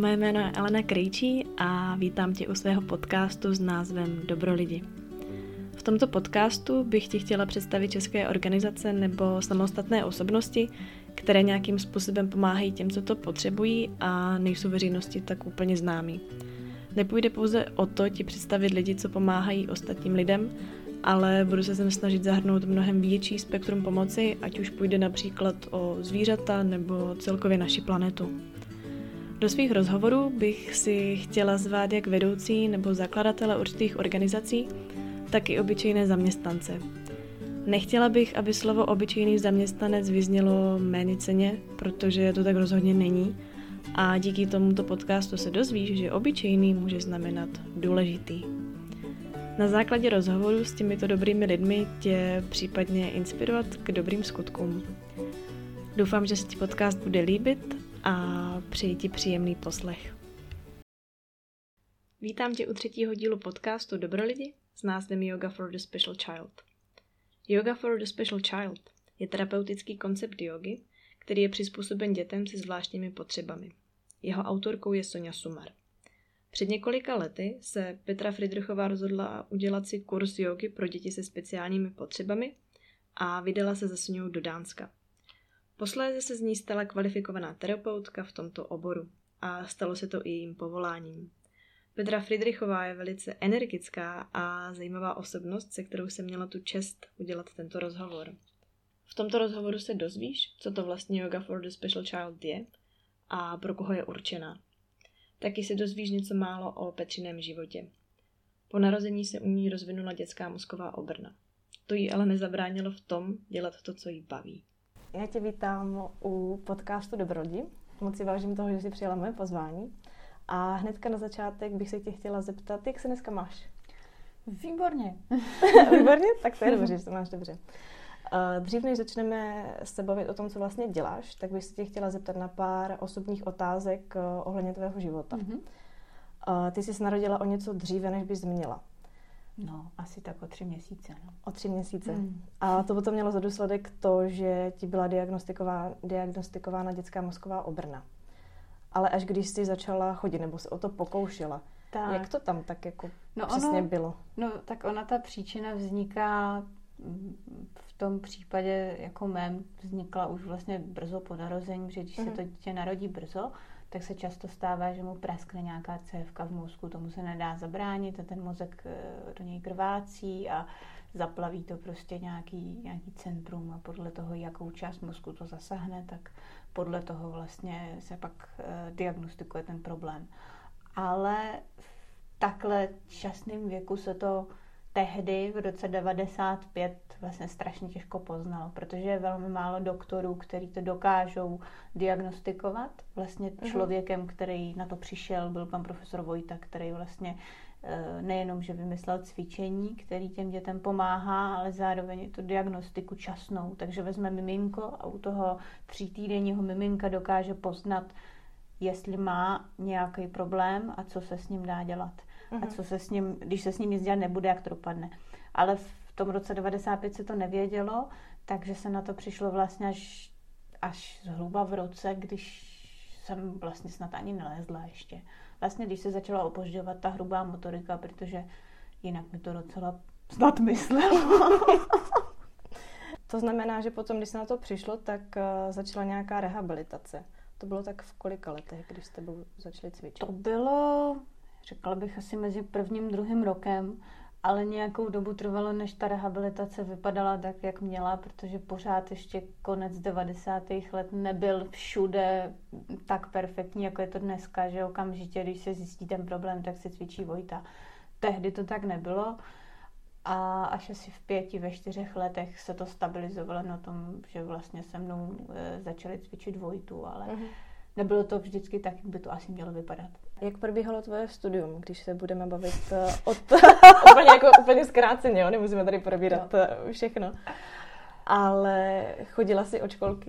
Moje jméno je Elena Krejčí a vítám tě u svého podcastu s názvem Dobro lidi. V tomto podcastu bych ti chtěla představit české organizace nebo samostatné osobnosti, které nějakým způsobem pomáhají těm, co to potřebují a nejsou veřejnosti tak úplně známí. Nepůjde pouze o to ti představit lidi, co pomáhají ostatním lidem, ale budu se sem snažit zahrnout mnohem větší spektrum pomoci, ať už půjde například o zvířata nebo celkově naši planetu. Do svých rozhovorů bych si chtěla zvát jak vedoucí nebo zakladatele určitých organizací, tak i obyčejné zaměstnance. Nechtěla bych, aby slovo obyčejný zaměstnanec vyznělo méněcenně, protože to tak rozhodně není. A díky tomuto podcastu se dozvíš, že obyčejný může znamenat důležitý. Na základě rozhovoru s těmito dobrými lidmi tě případně inspirovat k dobrým skutkům. Doufám, že se ti podcast bude líbit a přeji ti příjemný poslech. Vítám tě u 3. dílu podcastu Dobro lidi s názvem Yoga for the Special Child. Yoga for the Special Child je terapeutický koncept jógy, který je přizpůsoben dětem se zvláštními potřebami. Jeho autorkou je Sonja Sumar. Před několika lety se Petra Fridrichová rozhodla udělat si kurz jógy pro děti se speciálními potřebami a vydala se za Sonjou do Dánska. Posléze se z ní stala kvalifikovaná terapeutka v tomto oboru a stalo se to i jejím povoláním. Petra Fridrichová je velice energická a zajímavá osobnost, se kterou jsem měla tu čest udělat tento rozhovor. V tomto rozhovoru se dozvíš, co to vlastně Yoga for the Special Child je a pro koho je určená. Taky se dozvíš něco málo o Petřiném životě. Po narození se u ní rozvinula dětská mozková obrna. To jí ale nezabránilo v tom dělat to, co jí baví. Já tě vítám u podcastu Dobro lidi. Moc si vážím toho, že jsi přijala moje pozvání. A hnedka na začátek bych se tě chtěla zeptat, jak se dneska máš? Výborně. Výborně? Tak to je dobře, že to máš dobře. Dřív než začneme se bavit o tom, co vlastně děláš, tak bych se tě chtěla zeptat na pár osobních otázek ohledně tvého života. Mm-hmm. Ty jsi se narodila o něco dříve, než bys měla. No, asi tak o 3 měsíce. No. O 3 měsíce. A to potom mělo za důsledek to, že ti byla diagnostikována dětská mozková obrna. Ale až když jsi začala chodit, nebo se o to pokoušela, tak. Jak to tam tak jako přesně bylo? No, tak ona ta příčina vzniká v tom případě, jako mém, vznikla už vlastně brzo po narození, že když se to dítě narodí brzo, tak se často stává, že mu praskne nějaká cévka v mozku, tomu se nedá zabránit a ten mozek do něj krvácí a zaplaví to prostě nějaký centrum a podle toho, jakou část mozku to zasahne, tak podle toho vlastně se pak diagnostikuje ten problém. Ale v takhle časném věku se to tehdy v roce 95 vlastně strašně těžko poznalo, protože je velmi málo doktorů, kteří to dokážou diagnostikovat. Vlastně člověkem, který na to přišel, byl pan profesor Vojta, který vlastně nejenom, že vymyslel cvičení, který těm dětem pomáhá, ale zároveň je to diagnostiku časnou. Takže vezme miminko a u toho 3týdenního miminka dokáže poznat, jestli má nějaký problém a co se s ním dá dělat. A co se s ním, když se s ním nic dělat nebude, jak to dopadne. Ale v tom roce 95 se to nevědělo, takže se na to přišlo vlastně až zhruba v roce, když jsem vlastně snad ani nelezla ještě. Vlastně když se začala opožďovat ta hrubá motorika, protože jinak mi to docela snad myslelo. To znamená, že potom, když se na to přišlo, tak začala nějaká rehabilitace. To bylo tak v kolika letech, když jste začali cvičit? To bylo, řekla bych, asi mezi 1. a 2. rokem, ale nějakou dobu trvalo, než ta rehabilitace vypadala tak, jak měla, protože pořád ještě konec 90. let nebyl všude tak perfektní, jako je to dneska, že okamžitě, když se zjistí ten problém, tak se cvičí Vojta. Tehdy to tak nebylo a až asi v 5, ve 4 letech se to stabilizovalo na tom, že vlastně se mnou začali cvičit Vojtu, ale nebylo to vždycky tak, jak by to asi mělo vypadat. Jak probíhalo tvoje studium, když se budeme bavit úplně zkráceně, jo? Nemusíme tady probírat všechno. Ale chodila jsi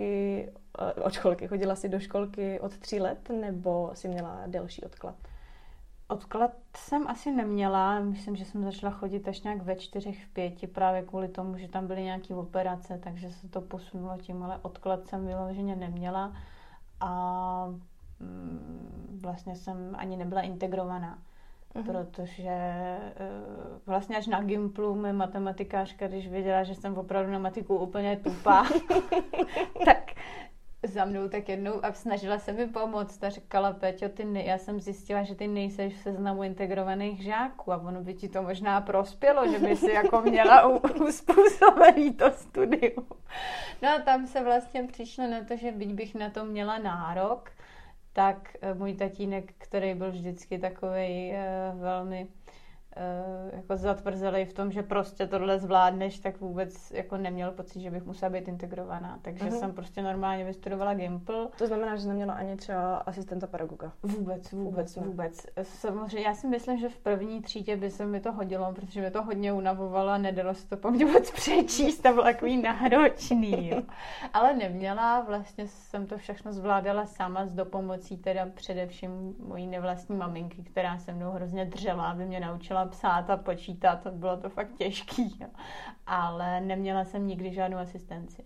chodila jsi do školky od 3 let, nebo jsi měla delší odklad? Odklad jsem asi neměla, myslím, že jsem začala chodit až nějak ve 4, v 5, právě kvůli tomu, že tam byly nějaké operace, takže se to posunulo tím, ale odklad jsem vyloženě neměla. A vlastně jsem ani nebyla integrovaná. Protože vlastně až na Gimplu mé matematikářka, když věděla, že jsem opravdu na matiku úplně tupá, tak za mnou tak jednou a snažila se mi pomoct a říkala, Péťo, já jsem zjistila, že ty nejseš v seznamu integrovaných žáků a ono by ti to možná prospělo, že by si jako měla uspůsobený to studium. No a tam se vlastně přišlo na to, že byť bych na to měla nárok, tak můj tatínek, který byl vždycky takovej velmi jako zatvrzelej v tom, že prostě tohle zvládneš, tak vůbec jako neměl pocit, že bych musela být integrovaná. Takže jsem prostě normálně vystudovala Gimpl. To znamená, že neměla ani třeba asistenta pedagoga? Vůbec. Samozřejmě já si myslím, že v první třídě by se mi to hodilo, protože mi to hodně unavovalo a nedalo se to po mně moc přečíst, to bylo takový náročný. Jo. Ale neměla, vlastně jsem to všechno zvládala sama s dopomocí teda především mojí nevlastní maminky, která se mnou hrozně držela, aby mě naučila psát a počítat, bylo to fakt těžký, jo. Ale neměla jsem nikdy žádnou asistenci.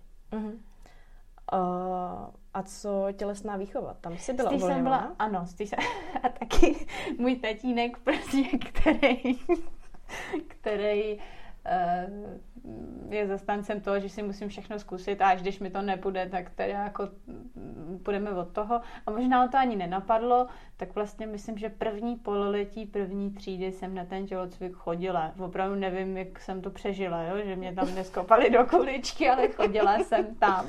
A co tělesná výchova? Tam jsi byla uvolněná? Ano, a taky můj tatínek, prostě, který je zastáncem toho, že si musím všechno zkusit a až když mi to nepůjde, tak teda jako půjdeme od toho. A možná to ani nenapadlo, tak vlastně myslím, že první pololetí, první třídy jsem na ten tělocvik chodila. Opravdu nevím, jak jsem to přežila, jo? Že mě tam neskopali do kuličky, ale chodila jsem tam.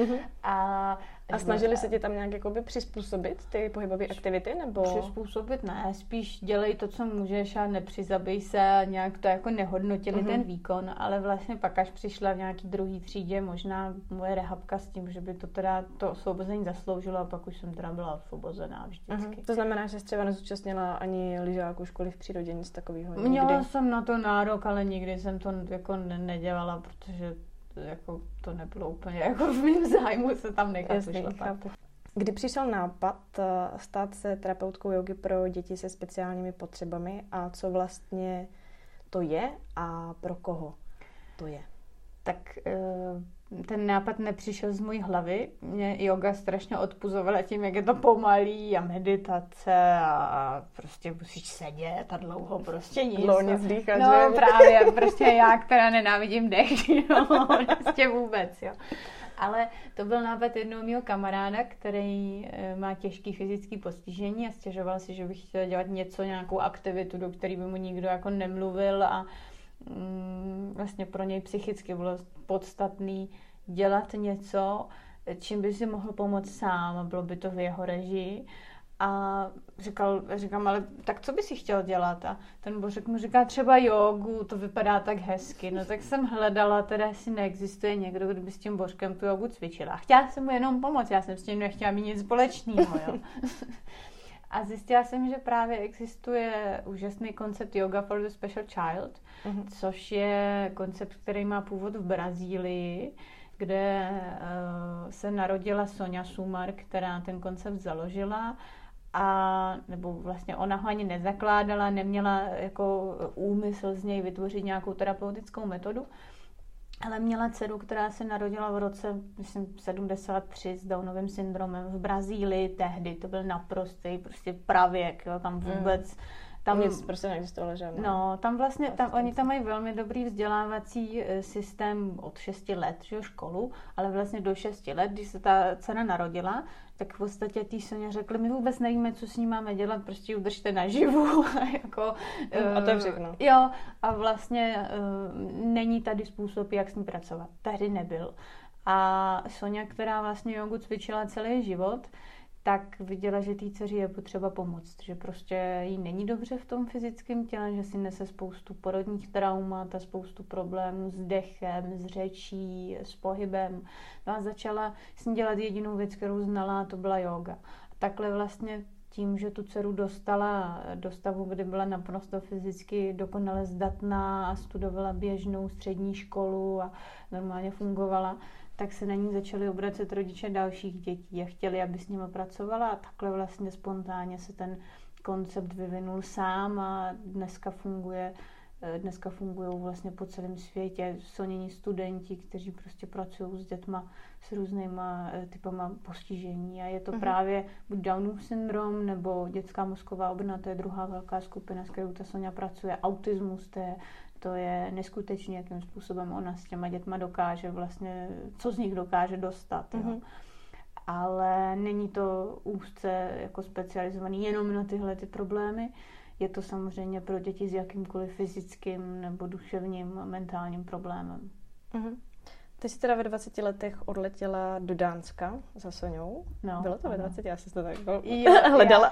A snažili se ti tam nějak jakoby přizpůsobit ty pohybové aktivity, nebo? Přizpůsobit ne, spíš dělej to, co můžeš a nepřizabij se a nějak to jako nehodnotili ten výkon, ale vlastně pak až přišla v nějaký druhý třídě možná moje rehabka s tím, že by to teda to osvobození zasloužilo a pak už jsem teda byla osvobozená vždycky. To znamená, že jsi třeba nezúčastnila ani lyžáků školy v přírodě, nic takového? Měla jsem na to nárok, ale nikdy jsem to jako nedělala, protože jako to nebylo úplně jako v mým zájmu se tam nechat vyšlapat. Kdy přišel nápad stát se terapeutkou jógy pro děti se speciálními potřebami a co vlastně to je a pro koho to je? Tak ten nápad nepřišel z mojí hlavy. Mě yoga strašně odpuzovala tím, jak je to pomalý a meditace a prostě musíš sedět a dlouho prostě nic. Dlouho nic dýchat, no, že? Právě, prostě já, která nenávidím dech, no, prostě vůbec, jo. Ale to byl nápad jednoho mého kamaráda, který má těžký fyzický postižení a stěžoval si, že bych chtěla dělat nějakou aktivitu, do které by mu nikdo jako nemluvil a vlastně pro něj psychicky bylo podstatný dělat něco, čím by si mohl pomoct sám a bylo by to v jeho režii. A říkám, ale tak co by si chtěl dělat? A ten božek mu říká třeba jogu, to vypadá tak hezky. No tak jsem hledala, teda jestli neexistuje někdo, kdo by s tím božkem tu jogu cvičila. Chtěla jsem mu jenom pomoct, já jsem s tím nechtěla mít nic společného, jo. A zjistila jsem, že právě existuje úžasný koncept Yoga for the Special Child, což je koncept, který má původ v Brazílii, kde se narodila Sonia Sumar, která ten koncept založila, a nebo vlastně ona ho ani nezakládala, neměla jako úmysl z něj vytvořit nějakou terapeutickou metodu, ale měla dceru, která se narodila v roce, myslím, 73 s Downovým syndromem v Brazílii tehdy. To byl naprostý prostě pravěk, jo, tam vůbec... Tam nic prostě neexistovalo žádné. No, tam vlastně, oni tam mají velmi dobrý vzdělávací systém od 6 let, že jo, školu, ale vlastně do 6 let, když se ta dcera narodila, tak v podstatě tý Soně řekli, my vůbec nevíme, co s ní máme dělat, prostě ji udržte naživu. Jako, a to je všechno. Jo, a vlastně není tady způsob, jak s ní pracovat. Tehdy nebyl. A Sonia, která vlastně jogu cvičila celý život, tak viděla, že té dceři je potřeba pomoct, že prostě jí není dobře v tom fyzickém těle, že si nese spoustu porodních traumat a spoustu problémů s dechem, s řečí, s pohybem. No a začala s ní dělat jedinou věc, kterou znala, a to byla jóga. A takhle vlastně tím, že tu dceru dostala do stavu, kdy byla naprosto fyzicky dokonale zdatná a studovala běžnou střední školu a normálně fungovala, tak se na ní začali obracet rodiče dalších dětí a chtěli, aby s nimi pracovala, a takhle vlastně spontánně se ten koncept vyvinul sám a dneska funguje dneska fungují vlastně po celém světě. Jsou nyní studenti, kteří prostě pracují s dětma s různýma typama postižení a je to právě buď Downův syndrom nebo dětská mozková obrna, to je druhá velká skupina, s kterou ta Sonja pracuje, autismus, to je neskutečně, jakým způsobem ona s těma dětma dokáže vlastně, co z nich dokáže dostat. Jo. Ale není to úzce jako specializovaný jenom na tyhle ty problémy. Je to samozřejmě pro děti s jakýmkoliv fyzickým nebo duševním mentálním problémem. Ty jsi teda ve 20 letech odletěla do Dánska za Soňou. No, bylo to ano. ve 20? Já jsem to tak hledala.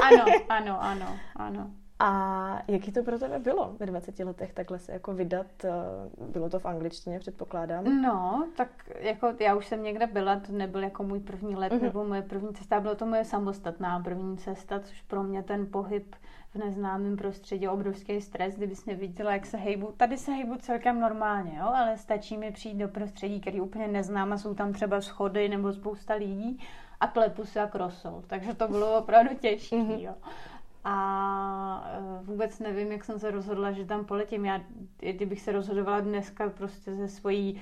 Ano. A jaký to pro tebe bylo ve 20 letech takhle se jako vydat? Bylo to v angličtině, předpokládám? No, tak jako já už jsem někde byla, to nebyl jako můj první let, nebo moje první cesta, bylo to moje samostatná první cesta, což pro mě ten pohyb v neznámém prostředí obrovský stres, kdyby jsi neviděla, jak se hejbu. Tady se hejbu celkem normálně, jo, ale stačí mi přijít do prostředí, který úplně neznám a jsou tam třeba schody nebo spousta lidí a klepu se jak rosol. Takže to bylo opravdu těžké, jo. A vůbec nevím, jak jsem se rozhodla, že tam poletím. Já, kdybych se rozhodovala dneska prostě ze svojí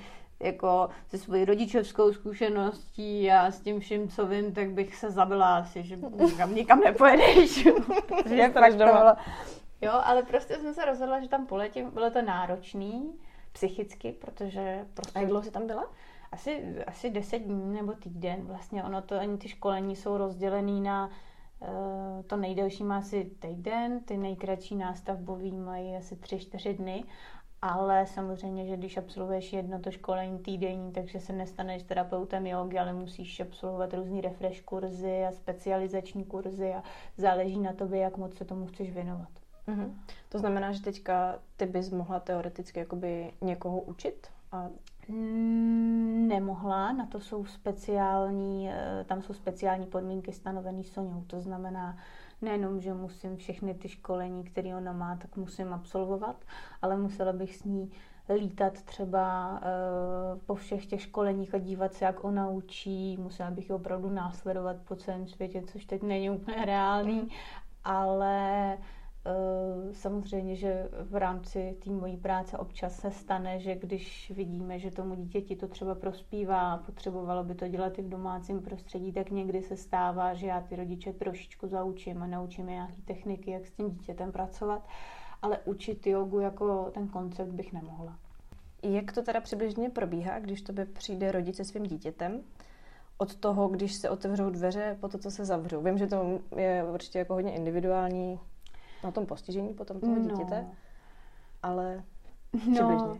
rodičovskou zkušeností a s tím vším, co vím, tak bych se zabila asi, že nikam nepojedeš. Protože fakt to bylo. Jo, ale prostě jsem se rozhodla, že tam poletím. Bylo to náročný psychicky, protože prostě... A jak dlouho jsi tam byla? Asi 10 dní nebo týden. Vlastně ani ty školení jsou rozdělený na to nejdelší má asi týden, ty nejkratší nástavbový mají asi 3-4 dny, ale samozřejmě, že když absolvuješ jedno to školení týdenní, takže se nestaneš terapeutem jógy, ale musíš absolvovat různý refresh kurzy a specializační kurzy a záleží na tobě, jak moc se tomu chceš věnovat. To znamená, že teďka ty bys mohla teoreticky jakoby někoho učit? A... Nemohla, na to jsou tam jsou speciální podmínky stanovené Soňou. To znamená nejenom, že musím všechny ty školení, které ona má, tak musím absolvovat, ale musela bych s ní lítat třeba po všech těch školeních a dívat se, jak ona učí. Musela bych ji opravdu následovat po celém světě, což teď není úplně reálný, ale samozřejmě, že v rámci té mojí práce občas se stane, že když vidíme, že tomu dítěti to třeba prospívá, potřebovalo by to dělat i v domácím prostředí, tak někdy se stává, že já ty rodiče trošičku zaučím a naučím je nějaké techniky, jak s tím dítětem pracovat, ale učit jogu jako ten koncept bych nemohla. Jak to teda přibližně probíhá, když tobě přijde rodič se svým dítětem? Od toho, když se otevřou dveře, po to, co se zavřou. Vím, že to je určitě jako hodně individuální na tom postižení potom toho dítěte, ale přibližně.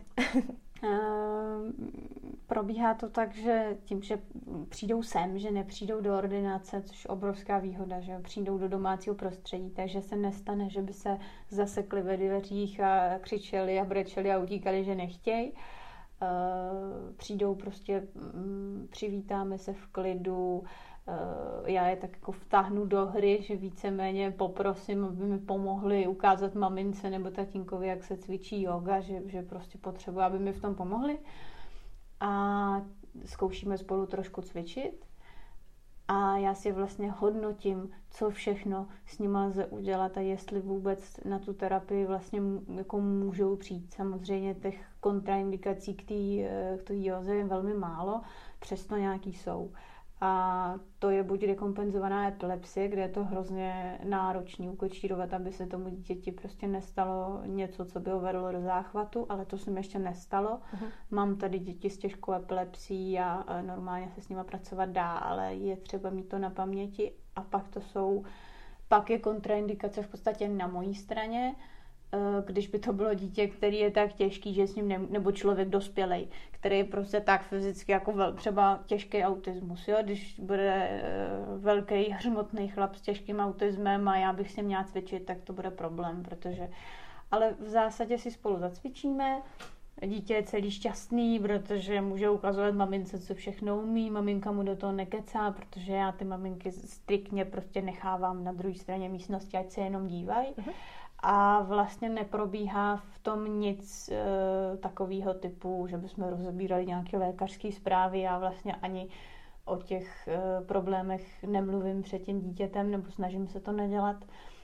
Probíhá to tak, že tím, že přijdou sem, že nepřijdou do ordinace, což je obrovská výhoda, že přijdou do domácího prostředí, takže se nestane, že by se zasekli ve dveřích a křičeli a brečeli a utíkali, že nechtějí. Přijdou prostě, přivítáme se v klidu, já je tak jako vtáhnu do hry, že víceméně poprosím, aby mi pomohli ukázat mamince nebo tatínkovi, jak se cvičí yoga, že prostě potřebuji, aby mi v tom pomohli. A zkoušíme spolu trošku cvičit. A já si vlastně hodnotím, co všechno s nima lze udělat a jestli vůbec na tu terapii vlastně jako můžou přijít. Samozřejmě těch kontraindikací k té józe je velmi málo, přesto nějaký jsou. A to je buď dekompenzovaná epilepsie, kde je to hrozně náročný ukočírovat, aby se tomu dítěti prostě nestalo něco, co by ho vedlo do záchvatu, ale to se mi ještě nestalo. Mám tady děti s těžkou epilepsií a normálně se s nima pracovat dá, ale je třeba mít to na paměti. A pak je kontraindikace v podstatě na mojí straně, když by to bylo dítě, který je tak těžký, že s ním nebo člověk dospělej, který je prostě tak fyzicky jako třeba těžký autismus, jo? Když bude velký hřmotný chlap s těžkým autismem a já bych s ním měla cvičit, tak to bude problém, ale v zásadě si spolu zacvičíme, dítě je celý šťastný, protože může ukazovat mamince, co všechno umí, maminka mu do toho nekecá, protože já ty maminky striktně prostě nechávám na druhé straně místnosti, ať se jenom dívají. A vlastně neprobíhá v tom nic takového typu, že bychom rozebírali nějaké lékařské zprávy. Já vlastně ani o těch problémech nemluvím před tím dítětem, nebo snažím se to nedělat.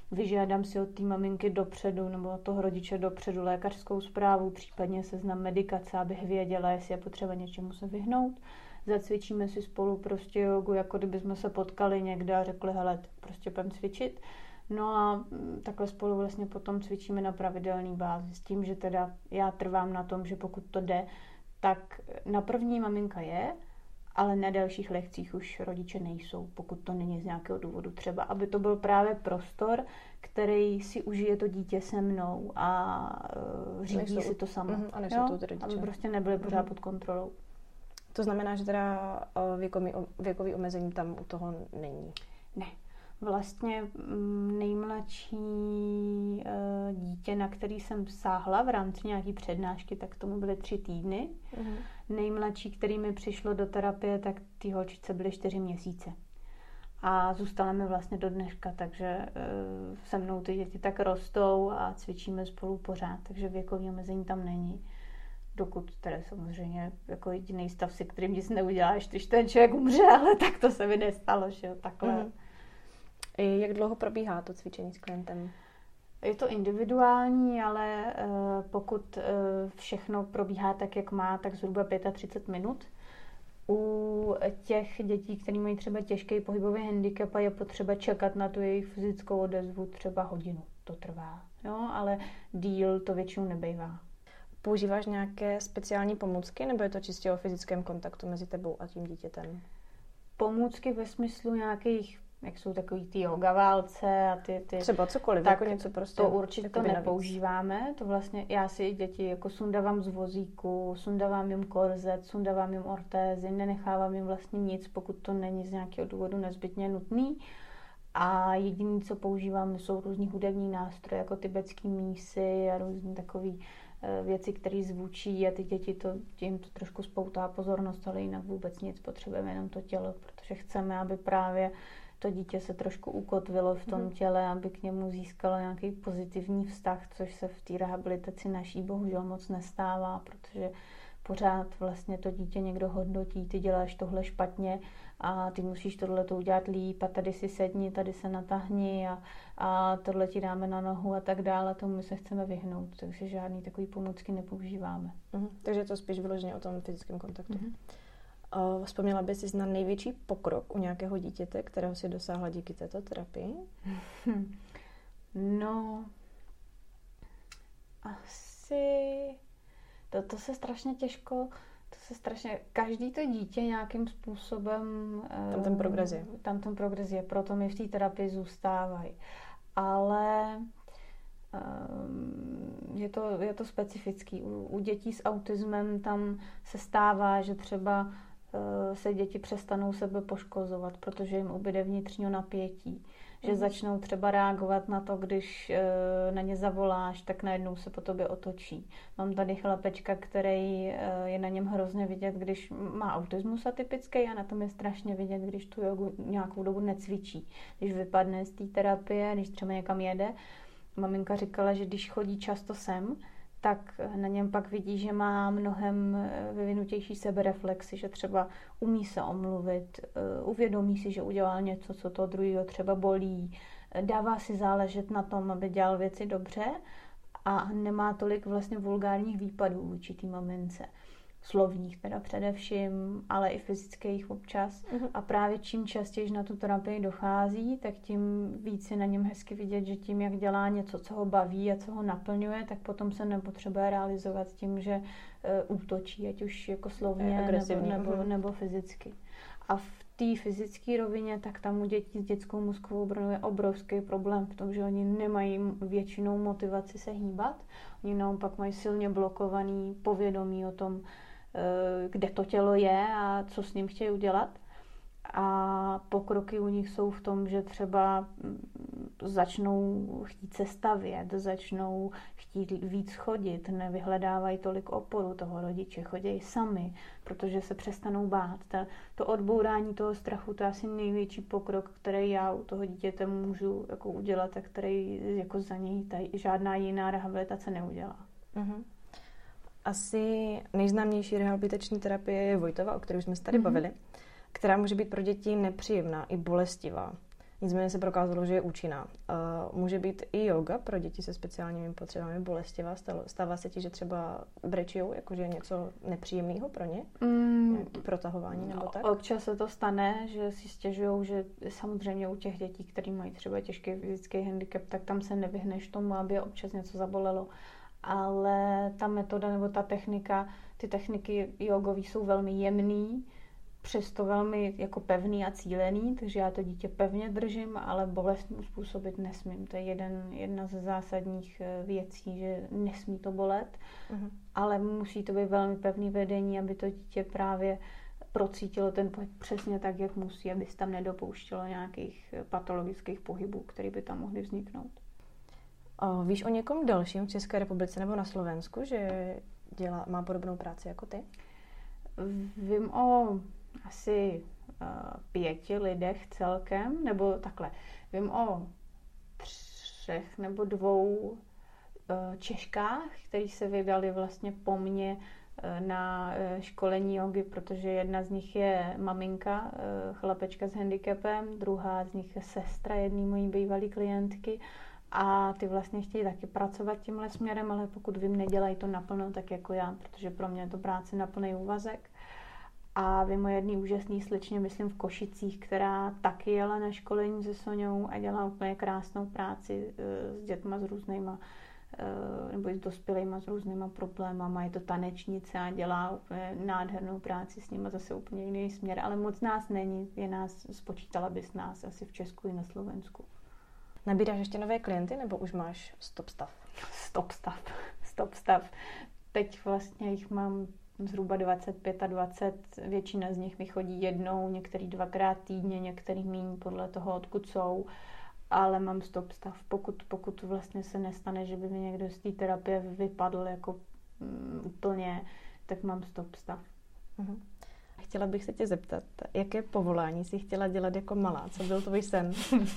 vyžádám si od té maminky dopředu nebo od toho rodiče dopředu lékařskou zprávu, případně seznam medikace, abych věděla, jestli je potřeba něčemu se vyhnout. Zacvičíme si spolu prostě jogu, jako kdyby jsme se potkali někde a řekli, hele, tak prostě půjdeme cvičit. No a takhle spolu vlastně potom cvičíme na pravidelné bázi s tím, že teda já trvám na tom, že pokud to jde, tak na první maminka je, ale na dalších lekcích už rodiče nejsou, pokud to není z nějakého důvodu třeba, aby to byl právě prostor, který si užije to dítě se mnou a řídí si to samo. A nejsou to rodiče. Aby prostě nebyly pořád pod kontrolou. To znamená, že teda věkový omezení tam u toho není? Ne. Vlastně nejmladší dítě, na který jsem sáhla v rámci nějaký přednášky, tak tomu byly 3 týdny. Nejmladší, který mi přišlo do terapie, tak ty holčice byly 4 měsíce. A zůstala mi vlastně do dneška, takže se mnou ty děti tak rostou a cvičíme spolu pořád, takže věkový omezení tam není. Dokud tedy samozřejmě jako jediný stav, si kterým nic neuděláš, když ten člověk umře, ale tak to se mi nestalo, že jo, takhle. Jak dlouho probíhá to cvičení s klientem? Je to individuální, ale pokud všechno probíhá tak, jak má, tak zhruba 35 minut. U těch dětí, které mají třeba těžký pohybový handicap, je potřeba čekat na tu jejich fyzickou odezvu třeba hodinu. To trvá, jo? Ale díl to většinou nebejvá. Používáš nějaké speciální pomůcky, nebo je to čistě o fyzickém kontaktu mezi tebou a tím dítětem? Pomůcky ve smyslu nějakých, jak jsou takový ty yoga válce a ty třeba cokoliv, tak jako něco prostě. To určitě to nepoužíváme. To vlastně já si děti jako sundávám z vozíku, sundávám jim korzet, sundávám jim ortézy, nenechávám jim vlastně nic, pokud to není z nějakého důvodu nezbytně nutný. A jediné, co používám, jsou různý hudební nástroje, jako tibetský mísy a různý takový věci, které zvučí a ty děti jim to trošku spoutá pozornost, ale jinak vůbec nic, potřebujeme jenom to tělo, protože chceme, aby právě to dítě se trošku ukotvilo v tom těle, aby k němu získalo nějaký pozitivní vztah, což se v té rehabilitaci naší bohužel moc nestává, protože pořád vlastně to dítě někdo hodnotí, ty děláš tohle špatně a ty musíš tohleto udělat líp a tady si sedni, tady se natahni a tohle ti dáme na nohu a tak dále, tomu my se chceme vyhnout, takže žádný takový pomůcky nepoužíváme. Takže je to spíš vyloženě o tom fyzickém kontaktu. Vzpomněla bys si na největší pokrok u nějakého dítěte, kterého si dosáhla díky této terapii? No, asi to se strašně těžko, každý to dítě nějakým způsobem tam ten progres je, proto mi v té terapii zůstávají. Ale je to specifický. U dětí s autismem tam se stává, že třeba se děti přestanou sebe poškozovat, protože jim ubyde vnitřního napětí. Že začnou třeba reagovat na to, když na ně zavoláš, tak najednou se po tobě otočí. Mám tady chlapečka, který je na něm hrozně vidět, když má autismus atypický a na tom je strašně vidět, když tu jogu nějakou dobu necvičí. Když vypadne z té terapie, když třeba někam jede. Maminka říkala, že když chodí často sem, tak na něm pak vidí, že má mnohem vyvinutější sebereflexy, že třeba umí se omluvit, uvědomí si, že udělal něco, co to druhého třeba bolí, dává si záležet na tom, aby dělal věci dobře a nemá tolik vlastně vulgárních výpadů vůči té mamince. Slovních teda především, ale i fyzických občas. A právě čím častěji na tu terapii dochází, tak tím víc je na něm hezky vidět, že tím, jak dělá něco, co ho baví a co ho naplňuje, tak potom se nepotřebuje realizovat tím, že útočí, ať už jako slovně nebo fyzicky. A v té fyzické rovině, tak tam u dětí s dětskou mozkovou brnou je obrovský problém v tom, že oni nemají většinou motivaci se hýbat. Oni naopak mají silně blokovaný povědomí o tom, kde to tělo je a co s ním chtějí udělat. A pokroky u nich jsou v tom, že třeba začnou chtít se stavět, začnou chtít víc chodit, nevyhledávají tolik oporu toho rodiče, chodí sami, protože se přestanou bát. To odbourání toho strachu, to je asi největší pokrok, který já u toho dítěte můžu jako udělat a který jako za něj žádná jiná rehabilitace neudělá. Asi nejznámější rehabilitační terapie je Vojtova, o které jsme se tady bavili, která může být pro děti nepříjemná i bolestivá. Nicméně se prokázalo, že je účinná. Může být i yoga pro děti se speciálními potřebami bolestivá? Stává se ti, že třeba brečijou, jakože je něco nepříjemného pro ně? Nějaké protahování nebo tak? Občas se to stane, že si stěžujou, že samozřejmě u těch dětí, které mají třeba těžký fyzický handicap, tak tam se nevyhneš tomu, aby je občas něco zabolelo. Ale ta metoda nebo ta technika, ty techniky jogové jsou velmi jemný, přesto velmi jako pevný a cílený, takže já to dítě pevně držím, ale bolest mu způsobit nesmím. To je jedna ze zásadních věcí, že nesmí to bolet, ale musí to být velmi pevný vedení, aby to dítě právě procítilo ten pohyb přesně tak, jak musí, aby se tam nedopouštělo nějakých patologických pohybů, které by tam mohly vzniknout. Víš o někom dalším v České republice nebo na Slovensku, že má podobnou práci jako ty? Vím o asi 5 lidech celkem, nebo takhle. Vím o 3 nebo 2 Češkách, kteří se vydali vlastně po mně na školení jogy, protože jedna z nich je maminka, chlapečka s handicapem, druhá z nich je sestra jedné mojí bývalé klientky a ty vlastně chtějí taky pracovat tímhle směrem, ale pokud vím, nedělají to naplno tak jako já, protože pro mě je to práce na plný úvazek. A vím o jedný úžasný slečně, myslím v Košicích, která taky jela na školení se Soňou a dělá úplně krásnou práci s dětma s různýma, nebo i s dospělejma s různýma problémama. Je to tanečnice a dělá úplně nádhernou práci s nimi, zase úplně jiný směr, ale moc nás není, spočítala bys nás asi v Česku i na Slovensku. Nabíráš ještě nové klienty, nebo už máš stop stav? Stop stav. Teď vlastně jich mám zhruba 25 a 20, většina z nich mi chodí jednou, některý 2krát týdně, některý míň podle toho, odkud jsou, ale mám stop stav. Pokud vlastně se nestane, že by mi někdo z té terapie vypadl jako úplně, tak mám stop stav. Chtěla bych se tě zeptat, jaké povolání jsi chtěla dělat jako malá? Co byl tvůj sen?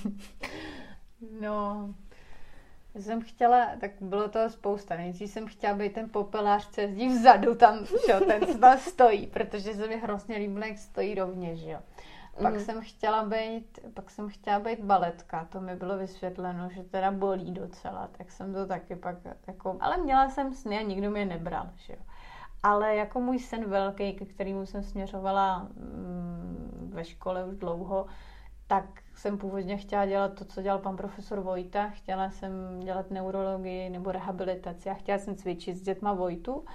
No, jsem chtěla, tak bylo toho spousta. Nejdřív jsem chtěla být ten popelář, co jezdí vzadu, tam, že, ten co tam stojí, protože se mi hrozně líbilo, jak stojí rovně, že jo. Pak jsem chtěla být baletka, to mi bylo vysvětleno, že teda bolí docela, tak jsem to taky pak jako, ale měla jsem sny a nikdo mě nebral, že jo. Ale jako můj sen velký, ke kterému jsem směřovala ve škole už dlouho, tak jsem původně chtěla dělat to, co dělal pan profesor Vojta. Chtěla jsem dělat neurologii nebo rehabilitaci a chtěla jsem cvičit s dětma Vojtu.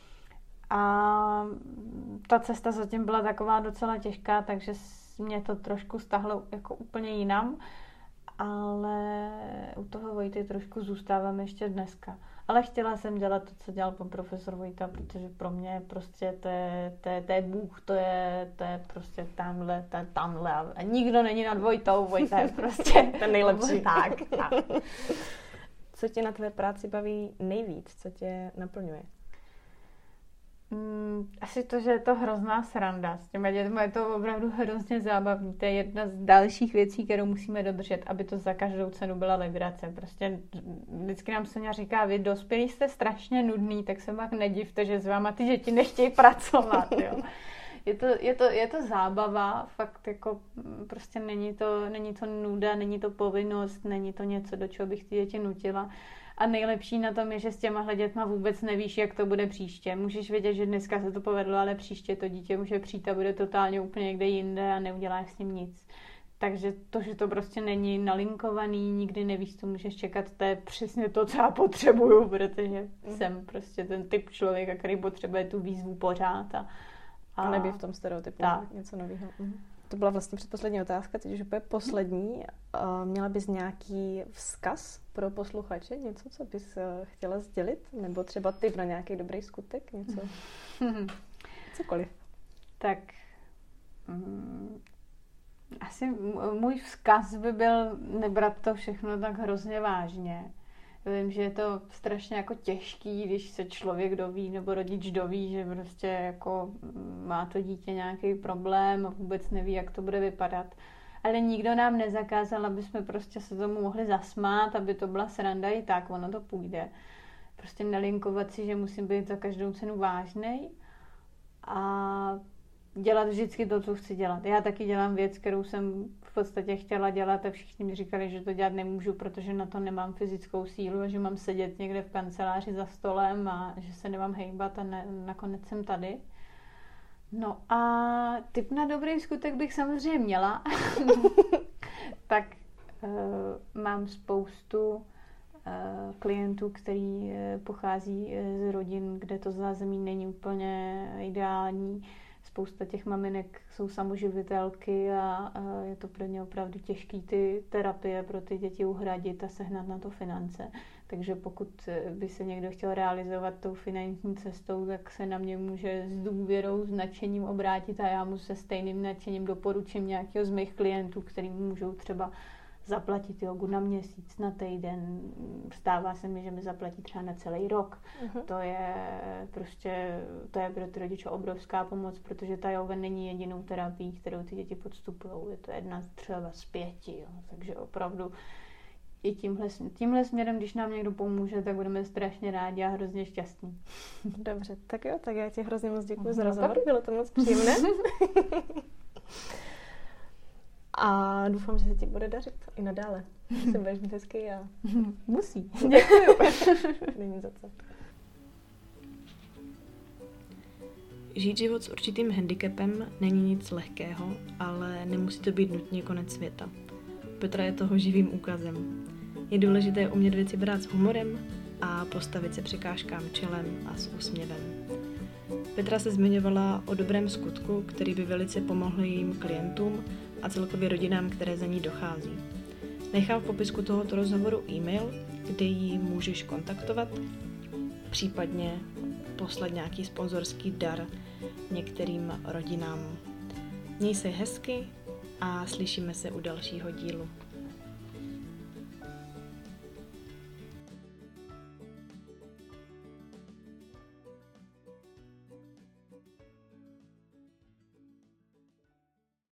A ta cesta zatím byla taková docela těžká, takže mě to trošku stáhlo jako úplně jinam. Ale u toho Vojty trošku zůstávám ještě dneska. Ale chtěla jsem dělat to, co dělal pan profesor Vojta, protože pro mě prostě to je Bůh, to je prostě tamhle a nikdo není nad Vojtou, Vojta je prostě ten nejlepší. Tak. Co tě na tvé práci baví nejvíc? Co tě naplňuje? Asi to, že je to hrozná sranda. S těma dětmi je to opravdu hrozně zábavný. To je jedna z dalších věcí, kterou musíme dodržet, aby to za každou cenu byla legrace. Prostě vždycky nám Soňa říká, vy dospělí jste strašně nudný, tak se pak nedivte, že s váma ty děti nechtějí pracovat. Jo. Je to zábava, fakt jako prostě není to nuda, není to povinnost, není to něco, do čeho bych ty děti nutila. A nejlepší na tom je, že s těmahle dětma vůbec nevíš, jak to bude příště. Můžeš vědět, že dneska se to povedlo, ale příště to dítě může přijít a bude totálně úplně někde jinde a neuděláš s ním nic. Takže to, že to prostě není nalinkovaný, nikdy nevíš, co můžeš čekat, to je přesně to, co já potřebuju, protože jsem prostě ten typ člověka, který potřebuje tu výzvu pořád. A nebýt v tom stereotypu, něco nového. To byla vlastně předposlední otázka, teď už úplně poslední. Měla bys nějaký vzkaz pro posluchače? Něco, co bys chtěla sdělit? Nebo třeba tip na nějaký dobrý skutek? Něco? Cokoliv. Tak asi můj vzkaz by byl nebrat to všechno tak hrozně vážně. Vím, že je to strašně jako těžký, když se člověk doví nebo rodič doví, že prostě jako má to dítě nějaký problém a vůbec neví, jak to bude vypadat. Ale nikdo nám nezakázal, aby jsme prostě se tomu mohli zasmát, aby to byla sranda i tak, ono to půjde. Prostě nelinkovat si, že musím být za každou cenu vážnej a dělat vždycky to, co chci dělat. Já taky dělám věc, kterou jsem v podstatě chtěla dělat a všichni mi říkali, že to dělat nemůžu, protože na to nemám fyzickou sílu a že mám sedět někde v kanceláři za stolem a že se nemám hejbat a nakonec jsem tady. No a tip na dobrý skutek bych samozřejmě měla. Tak mám spoustu klientů, který pochází z rodin, kde to zázemí není úplně ideální. Spousta těch maminek jsou samoživitelky a je to pro ně opravdu těžké ty terapie pro ty děti uhradit a sehnat na to finance. Takže pokud by se někdo chtěl realizovat tou finanční cestou, tak se na mě může s důvěrou, s nadšením obrátit a já mu se stejným nadšením doporučím nějakého z mých klientů, který můžou třeba zaplatit jogu na měsíc, na týden. Stává se mi, že mi zaplatí třeba na celý rok. To je pro ty rodiče obrovská pomoc, protože ta yoga není jedinou terapií, kterou ty děti podstupují. Je to jedna třeba z 5. Jo. Takže opravdu i tímhle směrem, když nám někdo pomůže, tak budeme strašně rádi a hrozně šťastní. Dobře, tak jo, tak já ti hrozně moc děkuji za rozhovor, bylo to moc příjemné. A doufám, že se ti bude dařit i nadále. Jsi budeš mít hezký a musí. Děkuju. Není za co. Žít život s určitým handicapem není nic lehkého, ale nemusí to být nutně konec světa. Petra je toho živým úkazem. Je důležité umět věci brát s humorem a postavit se překážkám čelem a s úsměvem. Petra se zmiňovala o dobrém skutku, který by velice pomohl jejím klientům a celkově rodinám, které za ní dochází. Nechám v popisku tohoto rozhovoru e-mail, kde ji můžeš kontaktovat, případně poslat nějaký sponzorský dar některým rodinám. Měj se hezky a slyšíme se u dalšího dílu.